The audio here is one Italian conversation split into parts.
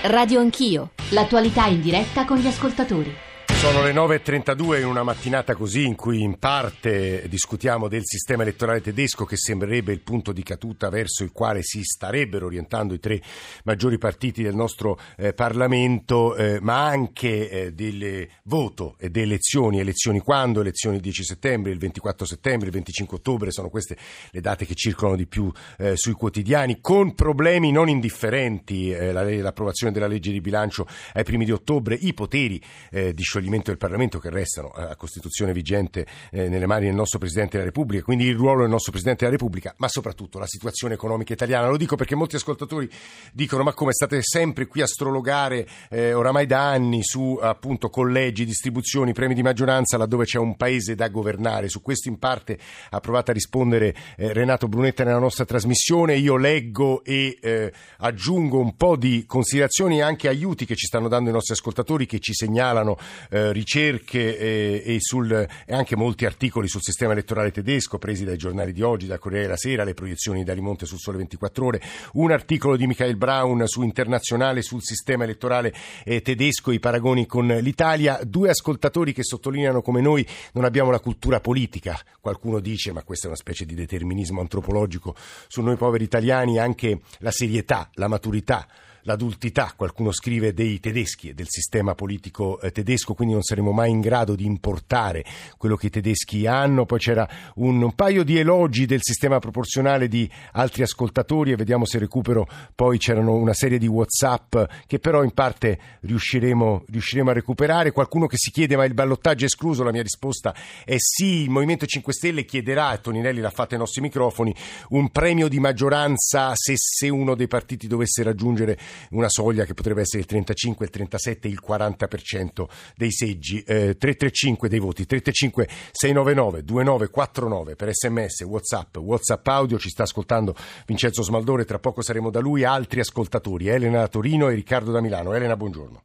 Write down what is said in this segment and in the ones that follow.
Radio Anch'io, l'attualità in diretta con gli ascoltatori. Sono le 9.32 in una mattinata così in cui in parte discutiamo del sistema elettorale tedesco, che sembrerebbe il punto di caduta verso il quale si starebbero orientando i tre maggiori partiti del nostro Parlamento, ma anche del voto e delle elezioni quando? Elezioni il 10 settembre, il 24 settembre, il 25 ottobre, sono queste le date che circolano di più sui quotidiani, con problemi non indifferenti, l'approvazione della legge di bilancio ai primi di ottobre, i poteri di scioglimento del Parlamento che restano a Costituzione vigente nelle mani del nostro Presidente della Repubblica, quindi il ruolo del nostro Presidente della Repubblica, ma soprattutto la situazione economica italiana. Lo dico perché molti ascoltatori dicono: ma come, state sempre qui a astrologare oramai da anni su appunto collegi, distribuzioni, premi di maggioranza, laddove c'è un paese da governare. Su questo in parte ha provato a rispondere Renato Brunetta nella nostra trasmissione. Io leggo e aggiungo un po' di considerazioni e anche aiuti che ci stanno dando i nostri ascoltatori, che ci segnalano ricerche e anche molti articoli sul sistema elettorale tedesco presi dai giornali di oggi, dal Corriere della Sera, le proiezioni da Rimonte sul Sole 24 Ore, un articolo di Michael Braun su Internazionale sul sistema elettorale tedesco, i paragoni con l'Italia, due ascoltatori che sottolineano come noi non abbiamo la cultura politica. Qualcuno dice: ma questa è una specie di determinismo antropologico su noi poveri italiani, anche la serietà, la maturità, l'adultità, qualcuno scrive, dei tedeschi e del sistema politico tedesco, quindi non saremo mai in grado di importare quello che i tedeschi hanno. Poi c'era un paio di elogi del sistema proporzionale di altri ascoltatori e vediamo se recupero. Poi c'erano una serie di WhatsApp che però in parte riusciremo a recuperare. Qualcuno che si chiede: ma il ballottaggio è escluso? La mia risposta è sì. Il Movimento 5 Stelle chiederà, e Toninelli l'ha fatto ai nostri microfoni, un premio di maggioranza se uno dei partiti dovesse raggiungere una soglia che potrebbe essere il 35, il 37, il 40% dei seggi. 335 dei voti, 335 699 2949 per SMS, WhatsApp audio. Ci sta ascoltando Vincenzo Smaldore, tra poco saremo da lui. Altri ascoltatori, Elena da Torino e Riccardo da Milano. Elena, buongiorno.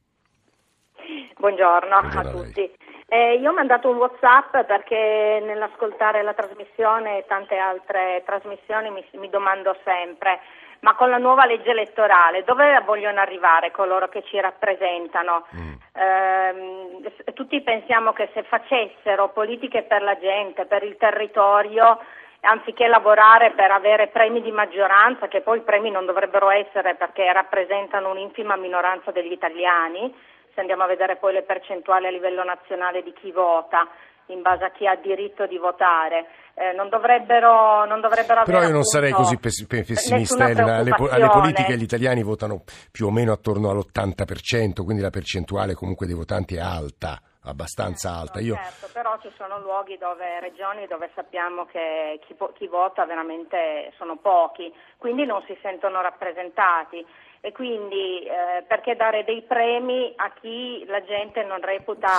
Buongiorno a tutti. Io ho mandato un WhatsApp perché nell'ascoltare la trasmissione e tante altre trasmissioni mi domando sempre: ma con la nuova legge elettorale dove vogliono arrivare coloro che ci rappresentano? Tutti pensiamo che se facessero politiche per la gente, per il territorio, anziché lavorare per avere premi di maggioranza, che poi i premi non dovrebbero essere perché rappresentano un'infima minoranza degli italiani, se andiamo a vedere poi le percentuali a livello nazionale di chi vota, in base a chi ha diritto di votare, non dovrebbero avere. Però io non sarei così pessimista, Elena. Alle politiche gli italiani votano più o meno attorno all'80%, quindi la percentuale comunque dei votanti è alta, abbastanza alta. Certo, però ci sono luoghi regioni dove sappiamo che chi vota veramente sono pochi, quindi non si sentono rappresentati. E quindi perché dare dei premi a chi la gente non reputa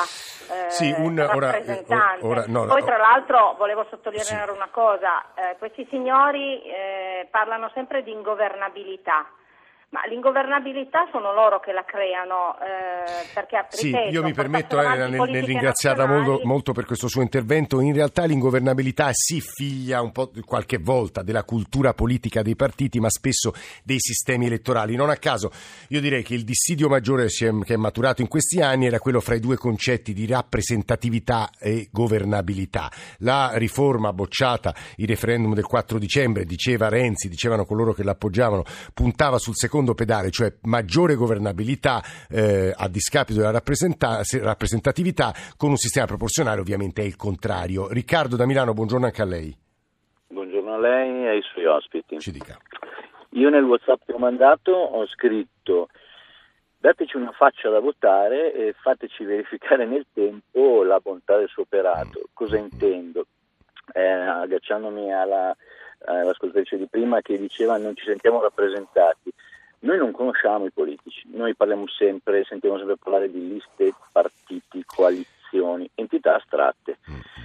rappresentante? Poi tra l'altro volevo sottolineare una cosa: questi signori parlano sempre di ingovernabilità. Ma l'ingovernabilità sono loro che la creano, perché ripeto, io mi permetto nel ringraziarla molto per questo suo intervento. In realtà l'ingovernabilità si figlia un po' qualche volta della cultura politica dei partiti, ma spesso dei sistemi elettorali. Non a caso io direi che il dissidio maggiore che è maturato in questi anni era quello fra i due concetti di rappresentatività e governabilità. La riforma bocciata, il referendum del 4 dicembre, diceva Renzi, dicevano coloro che l'appoggiavano, puntava sul secondo pedale, cioè maggiore governabilità a discapito della rappresentatività. Con un sistema proporzionale ovviamente è il contrario. Riccardo da Milano, buongiorno anche a lei. Buongiorno a lei e ai suoi ospiti. Ci dica. Io nel WhatsApp che ho mandato ho scritto: dateci una faccia da votare e fateci verificare nel tempo la bontà del suo operato. Cosa intendo? Agganciandomi all'ascoltatrice di prima che diceva non ci sentiamo rappresentati. Noi non conosciamo i politici, noi sentiamo sempre parlare di liste, partiti, coalizioni, entità astratte.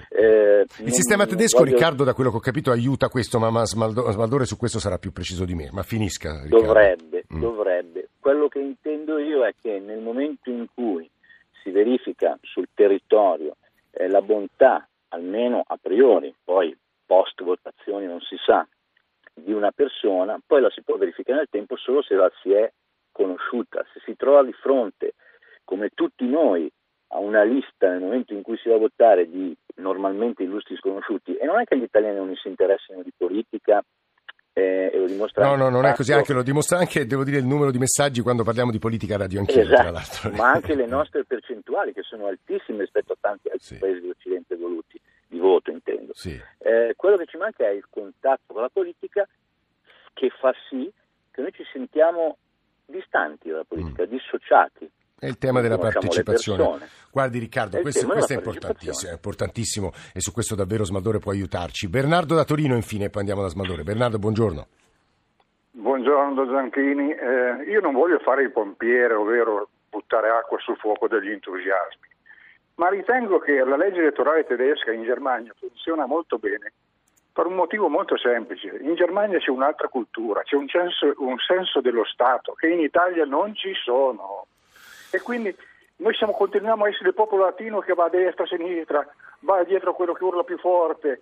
Il sistema tedesco, Riccardo, da quello che ho capito, aiuta questo, ma Smaldore su questo sarà più preciso di me, ma finisca, Riccardo. Dovrebbe. Quello che intendo io è che nel momento in cui si verifica sul territorio la bontà, almeno a priori, poi post votazioni non si sa, di una persona, poi la si può verificare nel tempo solo se la si è sconosciuta, se si trova di fronte, come tutti noi, a una lista nel momento in cui si va a votare di normalmente illustri sconosciuti, e non è che gli italiani non si interessino di politica, e lo dimostra no, non è così, anche lo dimostra anche, devo dire, il numero di messaggi quando parliamo di politica radio anch'io, esatto, tra l'altro. Ma anche le nostre percentuali, che sono altissime rispetto a tanti altri paesi dell'Occidente evoluti, di voto intendo. Sì. Quello che ci manca è il contatto con la politica, che fa sì che noi ci sentiamo distanti dalla politica, dissociati. È il tema della partecipazione. Guardi Riccardo, questo è importantissimo e su questo davvero Smaldore può aiutarci. Bernardo da Torino infine, poi andiamo da Smaldore. Bernardo, buongiorno. Buongiorno Zanchini, io non voglio fare il pompiere, ovvero buttare acqua sul fuoco degli entusiasmi, ma ritengo che la legge elettorale tedesca in Germania funziona molto bene per un motivo molto semplice. In Germania c'è un'altra cultura, c'è un senso dello Stato che in Italia non ci sono. E quindi noi continuiamo a essere il popolo latino che va a destra, a sinistra, va dietro a quello che urla più forte.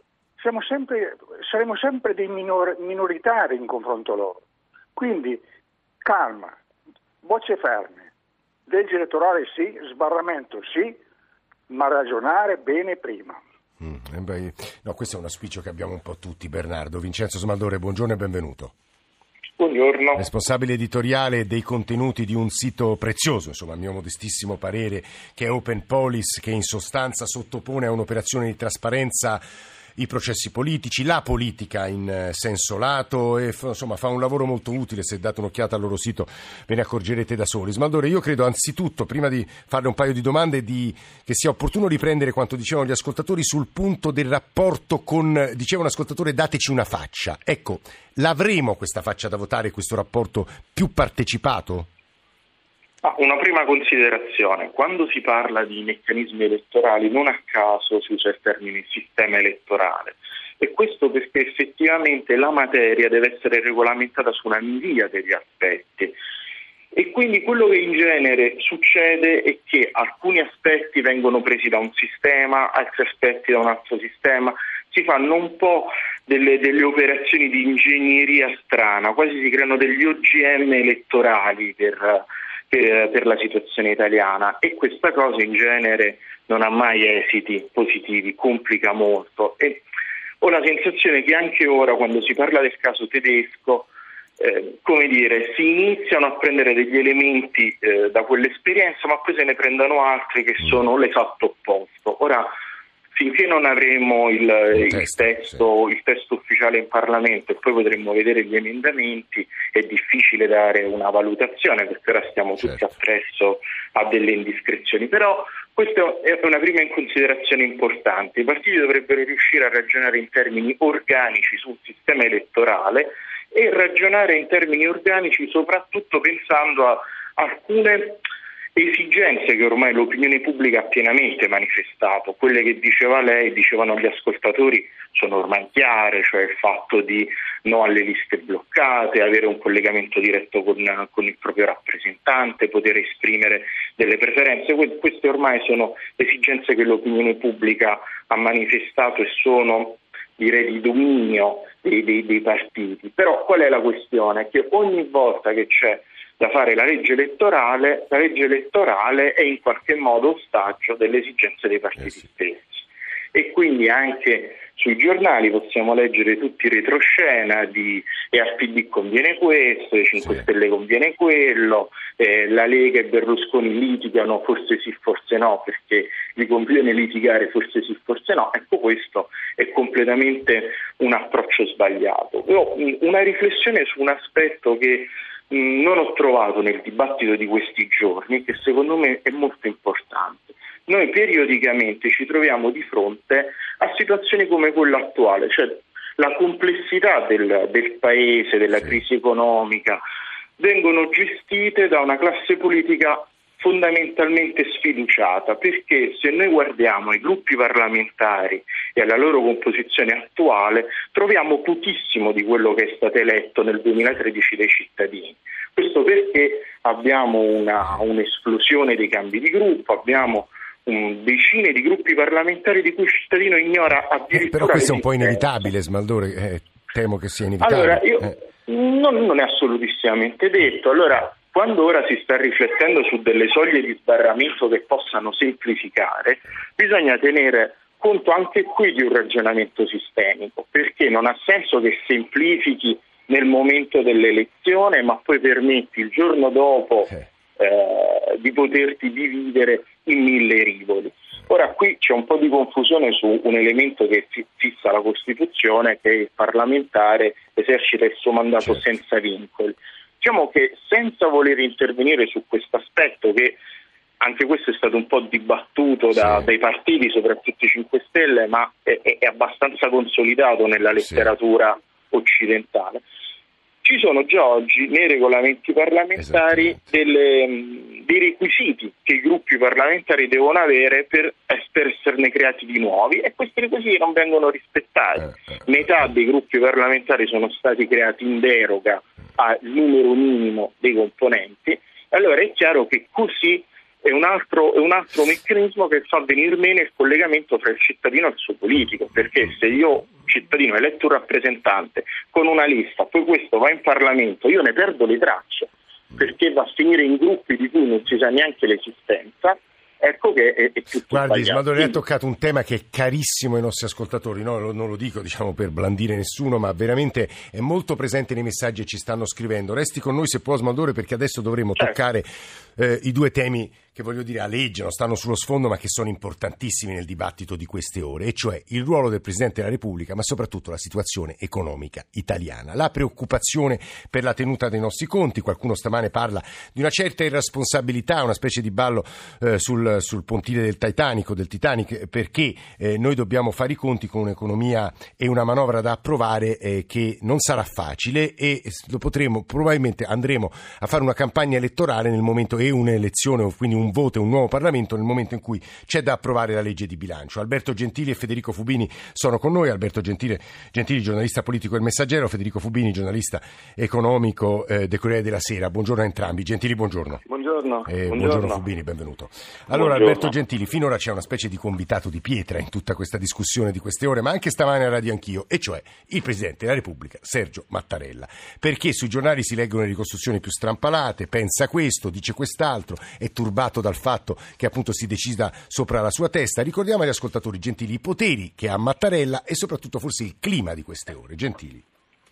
Saremo sempre dei minoritari in confronto a loro. Quindi calma, bocce ferme, legge elettorale sì, sbarramento sì, ma ragionare bene prima. No, questo è un auspicio che abbiamo un po' tutti, Bernardo. Vincenzo Smaldore, buongiorno e benvenuto. Buongiorno. Responsabile editoriale dei contenuti di un sito prezioso, insomma, a mio modestissimo parere, che è Open Police, che in sostanza sottopone a un'operazione di trasparenza i processi politici, la politica in senso lato, e insomma fa un lavoro molto utile. Se date un'occhiata al loro sito ve ne accorgerete da soli. Smaldore, io credo anzitutto, prima di farle un paio di domande, che sia opportuno riprendere quanto dicevano gli ascoltatori sul punto del rapporto con, diceva un ascoltatore, dateci una faccia. Ecco, l'avremo questa faccia da votare, questo rapporto più partecipato? Una prima considerazione: quando si parla di meccanismi elettorali non a caso si usa il termine sistema elettorale, e questo perché effettivamente la materia deve essere regolamentata su una miriade di aspetti, e quindi quello che in genere succede è che alcuni aspetti vengono presi da un sistema, altri aspetti da un altro sistema, si fanno un po' delle operazioni di ingegneria strana, quasi si creano degli OGM elettorali per la situazione italiana, e questa cosa in genere non ha mai esiti positivi, complica molto, e ho la sensazione che anche ora, quando si parla del caso tedesco, si iniziano a prendere degli elementi da quell'esperienza, ma poi se ne prendono altri che sono l'esatto opposto. Ora, finché non avremo il testo ufficiale in Parlamento e poi potremo vedere gli emendamenti, è difficile dare una valutazione, perché ora stiamo tutti appresso a delle indiscrezioni. Però questa è una prima considerazione importante. I partiti dovrebbero riuscire a ragionare in termini organici sul sistema elettorale e ragionare in termini organici soprattutto pensando a alcune esigenze che ormai l'opinione pubblica ha pienamente manifestato. Quelle che diceva lei, dicevano gli ascoltatori, sono ormai chiare, cioè il fatto di no alle liste bloccate, avere un collegamento diretto con il proprio rappresentante, poter esprimere delle preferenze. Queste ormai sono esigenze che l'opinione pubblica ha manifestato e sono, direi, di dominio dei partiti. Però qual è la questione? Che ogni volta che c'è da fare la legge elettorale è in qualche modo ostaggio delle esigenze dei partiti stessi, e quindi anche sui giornali possiamo leggere tutti in retroscena e al PD conviene questo, ai 5 Stelle conviene quello, la Lega e Berlusconi litigano, forse sì, forse no, perché gli conviene litigare, forse sì, forse no. Ecco, questo è completamente un approccio sbagliato. Però una riflessione su un aspetto che non ho trovato nel dibattito di questi giorni, che secondo me è molto importante. Noi periodicamente ci troviamo di fronte a situazioni come quella attuale, cioè la complessità del paese, della crisi economica, vengono gestite da una classe politica fondamentalmente sfiduciata, perché se noi guardiamo i gruppi parlamentari e alla loro composizione attuale, troviamo pochissimo di quello che è stato eletto nel 2013 dai cittadini. Questo perché abbiamo un'esplosione dei cambi di gruppo, abbiamo decine di gruppi parlamentari di cui il cittadino ignora addirittura. Però questo è un po' inevitabile, Smaldore, temo che sia inevitabile. Allora, non è assolutissimamente detto. Allora, Quando ora si sta riflettendo su delle soglie di sbarramento che possano semplificare, bisogna tenere conto anche qui di un ragionamento sistemico, perché non ha senso che semplifichi nel momento dell'elezione, ma poi permetti il giorno dopo di poterti dividere in 1000 rivoli. Ora qui c'è un po' di confusione su un elemento che fissa la Costituzione, che il parlamentare esercita il suo mandato senza vincoli. Diciamo che senza voler intervenire su questo aspetto, che anche questo è stato un po' dibattuto dai partiti, soprattutto i 5 Stelle, ma è abbastanza consolidato nella letteratura occidentale. Ci sono già oggi nei regolamenti parlamentari dei requisiti che i gruppi parlamentari devono avere per esserne creati di nuovi, e questi requisiti non vengono rispettati. Metà dei gruppi parlamentari sono stati creati in deroga al numero minimo dei componenti, allora è chiaro che così è un altro meccanismo che fa venir meno il collegamento tra il cittadino e il suo politico, perché se io, cittadino, eletto un rappresentante con una lista, poi questo va in Parlamento, io ne perdo le tracce, perché va a finire in gruppi di cui non si sa neanche l'esistenza. Ecco che è tutto Guardi, sbagliato. Smadolini ha toccato un tema che è carissimo ai nostri ascoltatori, no? Non lo dico per blandire nessuno, ma veramente è molto presente nei messaggi che ci stanno scrivendo. Resti con noi se può, Smadolini, perché adesso dovremo toccare i due temi che aleggiano, stanno sullo sfondo, ma che sono importantissimi nel dibattito di queste ore, e cioè il ruolo del Presidente della Repubblica, ma soprattutto la situazione economica italiana, la preoccupazione per la tenuta dei nostri conti. Qualcuno stamane parla di una certa irresponsabilità, una specie di ballo sul pontile del Titanic, perché noi dobbiamo fare i conti con un'economia e una manovra da approvare che non sarà facile, e probabilmente andremo a fare una campagna elettorale nel momento, e un'elezione, o quindi un voto e un nuovo Parlamento nel momento in cui c'è da approvare la legge di bilancio. Alberto Gentili e Federico Fubini sono con noi. Alberto Gentili, giornalista politico del Messaggero, Federico Fubini, giornalista economico del Corriere della Sera. Buongiorno a entrambi. Gentili, buongiorno. Buongiorno. Fubini, benvenuto. Allora, Alberto Gentili, finora c'è una specie di convitato di pietra in tutta questa discussione di queste ore, ma anche stamane a Radio Anch'io, e cioè il Presidente della Repubblica, Sergio Mattarella, perché sui giornali si leggono le ricostruzioni più strampalate, pensa questo, dice quest'altro, è turbato dal fatto che appunto si decida sopra la sua testa. Ricordiamo agli ascoltatori, Gentili, i poteri che ha Mattarella e soprattutto forse il clima di queste ore. Gentili.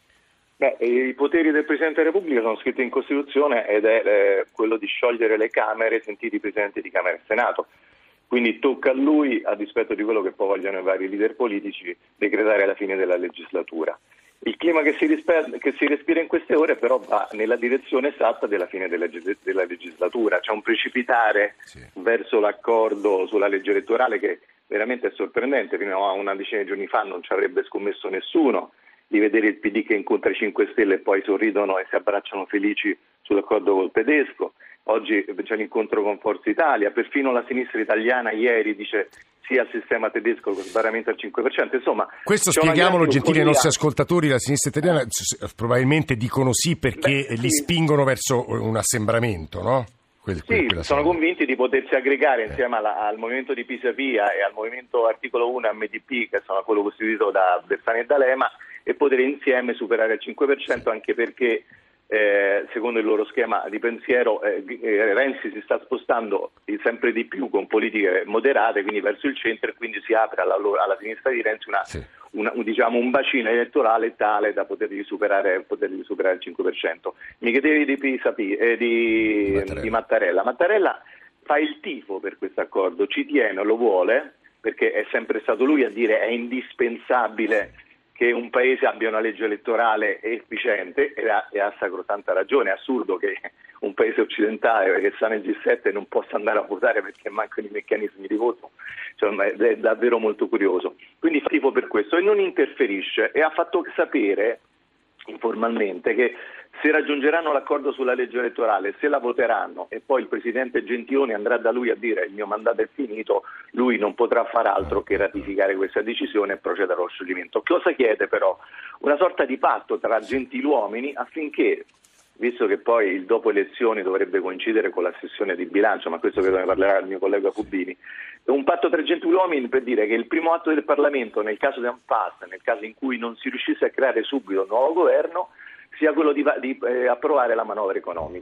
I poteri del Presidente della Repubblica sono scritti in Costituzione, ed è quello di sciogliere le Camere, sentiti i Presidenti di Camera e Senato. Quindi tocca a lui, a dispetto di quello che poi vogliono i vari leader politici, decretare la fine della legislatura. Il clima che si respira in queste ore però va nella direzione esatta della fine della legislatura. C'è un precipitare verso l'accordo sulla legge elettorale che veramente è sorprendente. Fino a una decina di giorni fa non ci avrebbe scommesso nessuno di vedere il PD che incontra i 5 Stelle e poi sorridono e si abbracciano felici sull'accordo col tedesco. Oggi c'è l'incontro con Forza Italia, perfino la sinistra italiana ieri dice sì al sistema tedesco con sbarramento al 5%. Insomma, questo spieghiamolo, Gentili, ai nostri ascoltatori. La sinistra italiana probabilmente dicono sì perché li spingono verso un assembramento, no? Sono convinti di potersi aggregare insieme al movimento di Pisapia e al movimento articolo 1 MDP, che sono quello costituito da Bersani e D'Alema, e poter insieme superare il 5%, anche perché secondo il loro schema di pensiero Renzi si sta spostando sempre di più con politiche moderate, quindi verso il centro, e quindi si apre alla sinistra di Renzi un bacino elettorale tale da potergli superare il 5%. Mi chiedevi di Mattarella. Mattarella fa il tifo per questo accordo, ci tiene, lo vuole, perché è sempre stato lui a dire è indispensabile che un paese abbia una legge elettorale efficiente, e ha sacrosanta ragione. È assurdo che un paese occidentale che sta nel G7 non possa andare a votare perché mancano i meccanismi di voto. È davvero molto curioso. Quindi fa tifo per questo e non interferisce, e ha fatto sapere informalmente che se raggiungeranno l'accordo sulla legge elettorale, se la voteranno e poi il Presidente Gentiloni andrà da lui a dire il mio mandato è finito, lui non potrà far altro che ratificare questa decisione e procedere allo scioglimento. Cosa chiede però? Una sorta di patto tra gentiluomini affinché, visto che poi il dopo elezioni dovrebbe coincidere con la sessione di bilancio, ma questo credo ne parlerà il mio collega Fubini, un patto tra gentiluomini per dire che il primo atto del Parlamento, nel caso di impasse, nel caso in cui non si riuscisse a creare subito un nuovo governo, sia quello di approvare la manovra economica.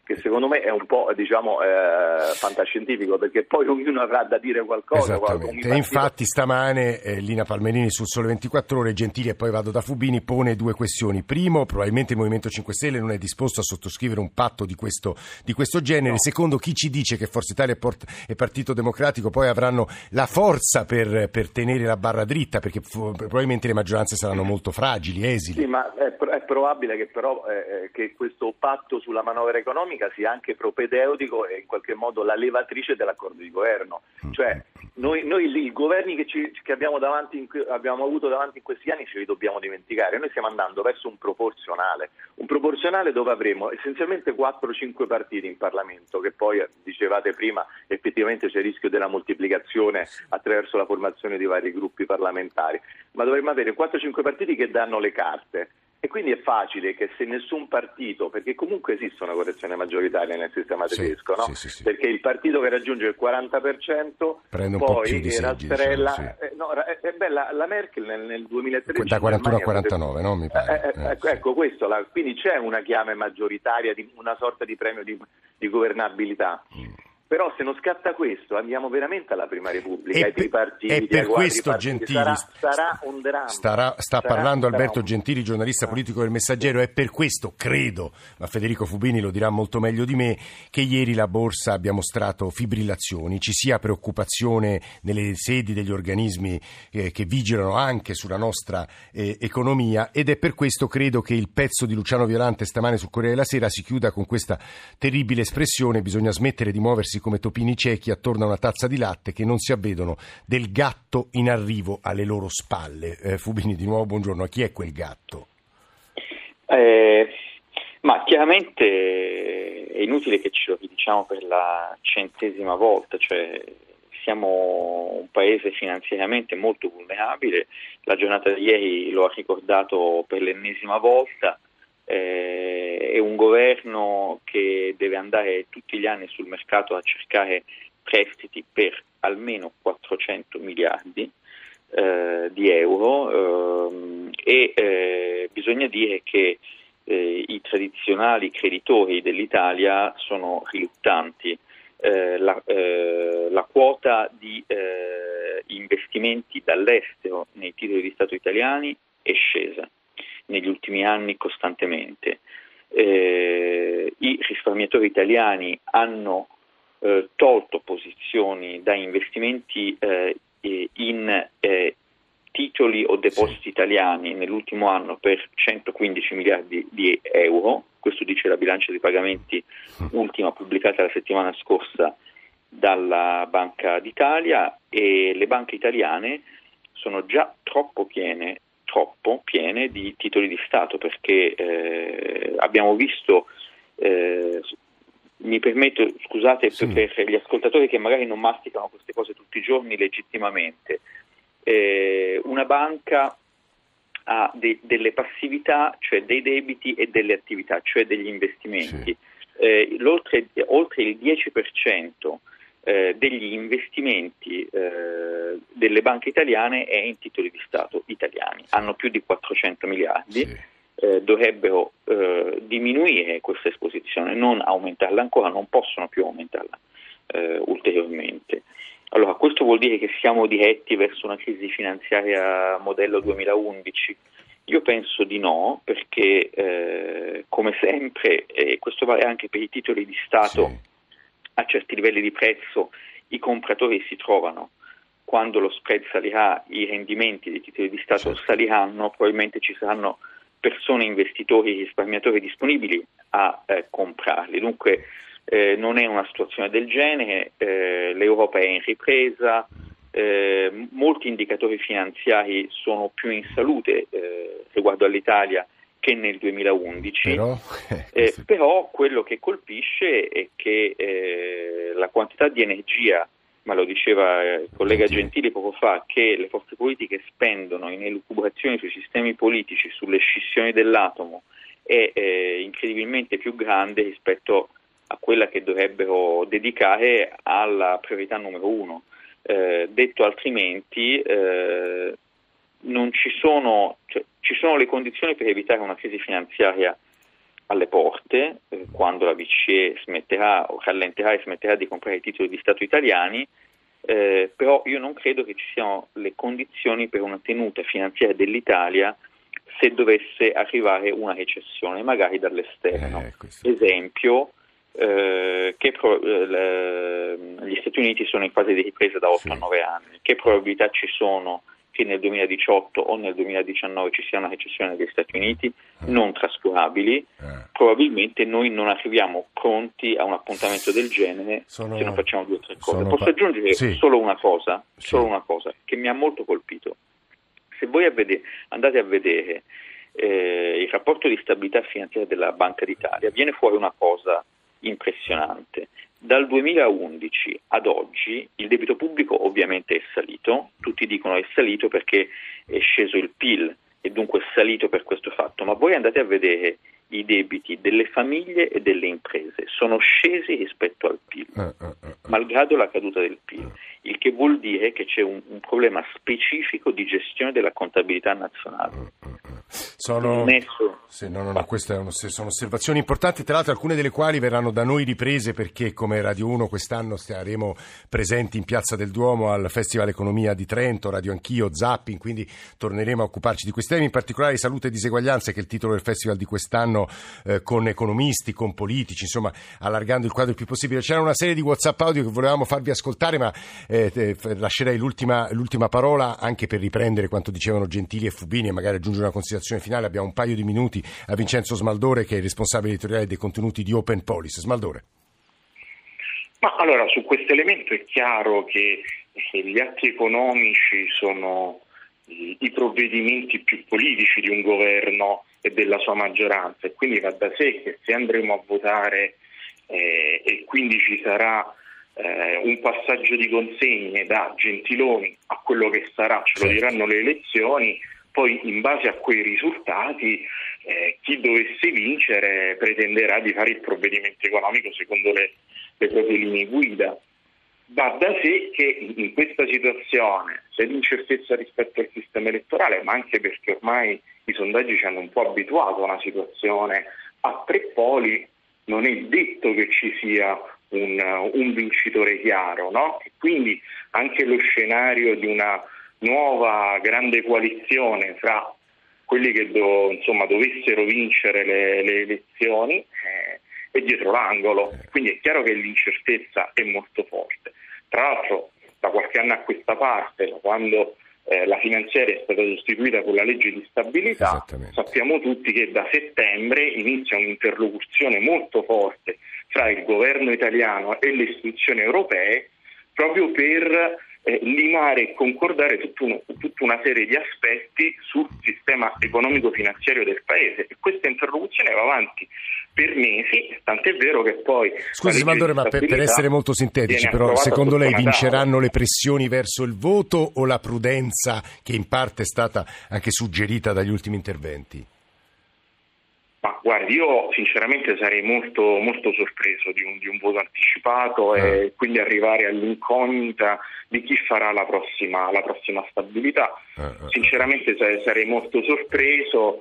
che secondo me è un po' fantascientifico, perché poi ognuno avrà da dire qualcosa. Esattamente, e infatti stamane Lina Palmerini sul Sole 24 Ore, Gentili, e poi vado da Fubini, pone due questioni. Primo, probabilmente il Movimento 5 Stelle non è disposto a sottoscrivere un patto di questo genere. No. Secondo, chi ci dice che Forza Italia e Partito Democratico poi avranno la forza per tenere la barra dritta, perché probabilmente le maggioranze saranno molto fragili, esili. Sì, ma è probabile che però che questo patto sulla manovra economica sia anche propedeutico e in qualche modo la levatrice dell'accordo di governo. Cioè noi i governi che abbiamo avuto davanti in questi anni ce li dobbiamo dimenticare. Noi stiamo andando verso un proporzionale dove avremo essenzialmente 4-5 partiti in Parlamento, che poi, dicevate prima, effettivamente c'è il rischio della moltiplicazione attraverso la formazione di vari gruppi parlamentari, ma dovremmo avere 4-5 partiti che danno le carte. E quindi è facile che se nessun partito, perché comunque esiste una correzione maggioritaria nel sistema tedesco, no? Sì. Perché il partito che raggiunge il 40% prende un poi po' più di seggi, rastrella, la Merkel nel 2013 da 41 a 49, no? Mi pare. Ecco questo, quindi c'è una chiave maggioritaria, di una sorta di premio di governabilità. Però se non scatta questo andiamo veramente alla Prima Repubblica, ai tripartiti, e per questo Gentili sarà un dramma. Sta parlando Alberto Gentili, giornalista politico del Messaggero. È per questo, credo, ma Federico Fubini lo dirà molto meglio di me, che ieri la borsa abbia mostrato fibrillazioni, ci sia preoccupazione nelle sedi degli organismi che vigilano anche sulla nostra economia, ed è per questo, credo, che il pezzo di Luciano Violante stamane sul Corriere della Sera si chiuda con questa terribile espressione: bisogna smettere di muoversi come topini ciechi attorno a una tazza di latte, che non si avvedono del gatto in arrivo alle loro spalle. Fubini, di nuovo buongiorno. A chi è quel gatto? Ma chiaramente è inutile che ce lo ridiciamo per la 100ª volta, cioè siamo un paese finanziariamente molto vulnerabile. La giornata di ieri lo ha ricordato per l'ennesima volta. È un governo che deve andare tutti gli anni sul mercato a cercare prestiti per almeno 400 miliardi di euro e bisogna dire che i tradizionali creditori dell'Italia sono riluttanti. La quota di investimenti dall'estero nei titoli di Stato italiani è scesa negli ultimi anni costantemente. I risparmiatori italiani hanno tolto posizioni da investimenti in titoli o depositi italiani nell'ultimo anno per 115 miliardi di euro. Questo dice la bilancia dei pagamenti ultima pubblicata la settimana scorsa dalla Banca d'Italia, e le banche italiane sono già troppo piene di titoli di Stato, perché abbiamo visto, mi permetto, scusate, sì, per gli ascoltatori che magari non masticano queste cose tutti i giorni legittimamente, una banca ha delle passività, cioè dei debiti, e delle attività, cioè degli investimenti. Sì. Oltre il 10% degli investimenti delle banche italiane è in titoli di Stato italiani, hanno più di 400 miliardi, sì. Dovrebbero diminuire questa esposizione, non aumentarla ancora, non possono più aumentarla ulteriormente. Allora, questo vuol dire che siamo diretti verso una crisi finanziaria modello 2011? Io penso di no, perché come sempre, questo vale anche per i titoli di Stato, sì, a certi livelli di prezzo i compratori si trovano. Quando lo spread salirà, i rendimenti dei titoli di Stato saliranno, probabilmente ci saranno persone, investitori, risparmiatori disponibili a comprarli. Dunque non è una situazione del genere, l'Europa è in ripresa, molti indicatori finanziari sono più in salute riguardo all'italià che nel 2011, però quello che colpisce è che la quantità di energia, ma lo diceva il collega Gentili poco fa, che le forze politiche spendono in elucubrazioni sui sistemi politici, sulle scissioni dell'atomo, è incredibilmente più grande rispetto a quella che dovrebbero dedicare alla priorità numero uno. Detto altrimenti, non ci sono le condizioni per evitare una crisi finanziaria alle porte. volte, quando la BCE smetterà o rallenterà e smetterà di comprare i titoli di Stato italiani, però io non credo che ci siano le condizioni per una tenuta finanziaria dell'Italia se dovesse arrivare una recessione, magari dall'esterno. Esempio, gli Stati Uniti sono in fase di ripresa da 8 a 9 anni. Che probabilità ci sono che nel 2018 o nel 2019 ci sia una recessione negli Stati Uniti? Non trascurabili. Probabilmente noi non arriviamo pronti a un appuntamento del genere se non facciamo 2 o 3 cose. Posso aggiungere solo una cosa che mi ha molto colpito. Se voi andate a vedere il rapporto di stabilità finanziaria della Banca d'Italia, viene fuori una cosa impressionante. Dal 2011 ad oggi il debito pubblico ovviamente è salito, tutti dicono è salito perché è sceso il PIL e dunque è salito per questo fatto, ma voi andate a vedere i debiti delle famiglie e delle imprese, sono scesi rispetto al PIL, malgrado la caduta del PIL, il che vuol dire che c'è un problema specifico di gestione della contabilità nazionale. Queste sono osservazioni importanti, tra l'altro alcune delle quali verranno da noi riprese, perché come Radio 1 quest'anno staremo presenti in Piazza del Duomo al Festival Economia di Trento, Radio Anch'io, Zapping, quindi torneremo a occuparci di questi temi, in particolare salute e diseguaglianze, che è il titolo del festival di quest'anno, con economisti, con politici, insomma allargando il quadro il più possibile. C'era una serie di WhatsApp audio che volevamo farvi ascoltare, ma lascerei l'ultima parola anche per riprendere quanto dicevano Gentili e Fubini e magari aggiungere una considerazione finale. Abbiamo un paio di minuti a Vincenzo Smaldore, che è il responsabile editoriale dei contenuti di Open Policy. Smaldore. Ma allora, su questo elemento è chiaro che gli atti economici sono i provvedimenti più politici di un governo e della sua maggioranza, e quindi va da sé che se andremo a votare e quindi ci sarà un passaggio di consegne da Gentiloni a quello che sarà, ce lo diranno le elezioni, poi in base a quei risultati chi dovesse vincere pretenderà di fare il provvedimento economico secondo le proprie linee guida. Va da sé che in questa situazione c'è l'incertezza rispetto al sistema elettorale, ma anche perché ormai i sondaggi ci hanno un po' abituato a una situazione a 3 poli, non è detto che ci sia un vincitore chiaro, no? E quindi anche lo scenario di una nuova grande coalizione fra quelli che dovessero vincere le elezioni è dietro l'angolo, quindi è chiaro che l'incertezza è molto forte. Tra l'altro da qualche anno a questa parte, quando la finanziaria è stata sostituita con la legge di stabilità, sappiamo tutti che da settembre inizia un'interlocuzione molto forte fra il governo italiano e le istituzioni europee proprio per limare e concordare tutta una serie di aspetti sul sistema economico-finanziario del Paese, e questa interlocuzione va avanti per mesi, tant'è vero che poi... Scusi Smaldore, ma per essere molto sintetici, però secondo lei vinceranno le pressioni verso il voto o la prudenza che in parte è stata anche suggerita dagli ultimi interventi? Ma guardi, io sinceramente sarei molto, molto sorpreso di un voto anticipato e quindi arrivare all'incognita di chi farà la prossima stabilità. Sinceramente sarei molto sorpreso,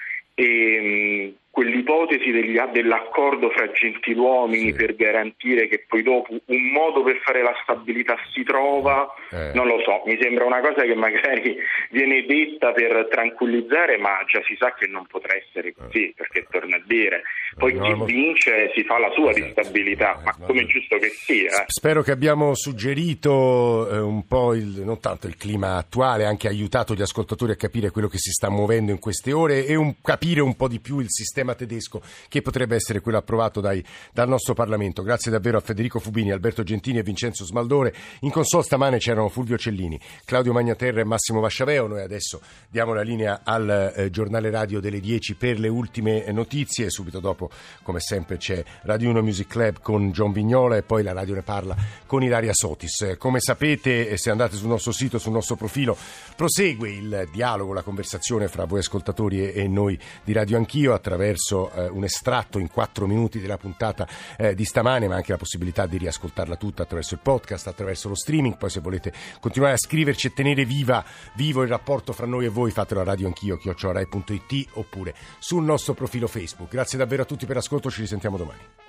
e quell'ipotesi dell'accordo fra gentiluomini per garantire che poi dopo un modo per fare la stabilità si trova, non lo so, mi sembra una cosa che magari viene detta per tranquillizzare, ma già si sa che non potrà essere così, perché torna a dire poi chi vince si fa la sua di stabilità, ma come è giusto che sia. Spero che abbiamo suggerito un po' non tanto il clima attuale, anche aiutato gli ascoltatori a capire quello che si sta muovendo in queste ore e capire un po' di più il sistema tedesco, che potrebbe essere quello approvato dal nostro Parlamento. Grazie davvero a Federico Fubini, Alberto Gentini e Vincenzo Smaldore. In console stamane c'erano Fulvio Cellini, Claudio Magnaterra e Massimo Vasciaveo. Noi adesso diamo la linea al giornale radio delle 10 per le ultime notizie. Subito dopo, come sempre, c'è Radio 1 Music Club con John Vignola e poi la Radio ne parla con Ilaria Sotis. Come sapete, se andate sul nostro sito, sul nostro profilo, prosegue il dialogo, la conversazione fra voi ascoltatori e noi di Radio Anch'io attraverso attraverso un estratto in 4 minuti della puntata di stamane, ma anche la possibilità di riascoltarla tutta attraverso il podcast, attraverso lo streaming. Poi se volete continuare a scriverci e tenere vivo il rapporto fra noi e voi, fatelo a radioanchio@rai.it oppure sul nostro profilo Facebook. Grazie davvero a tutti per l'ascolto, ci risentiamo domani.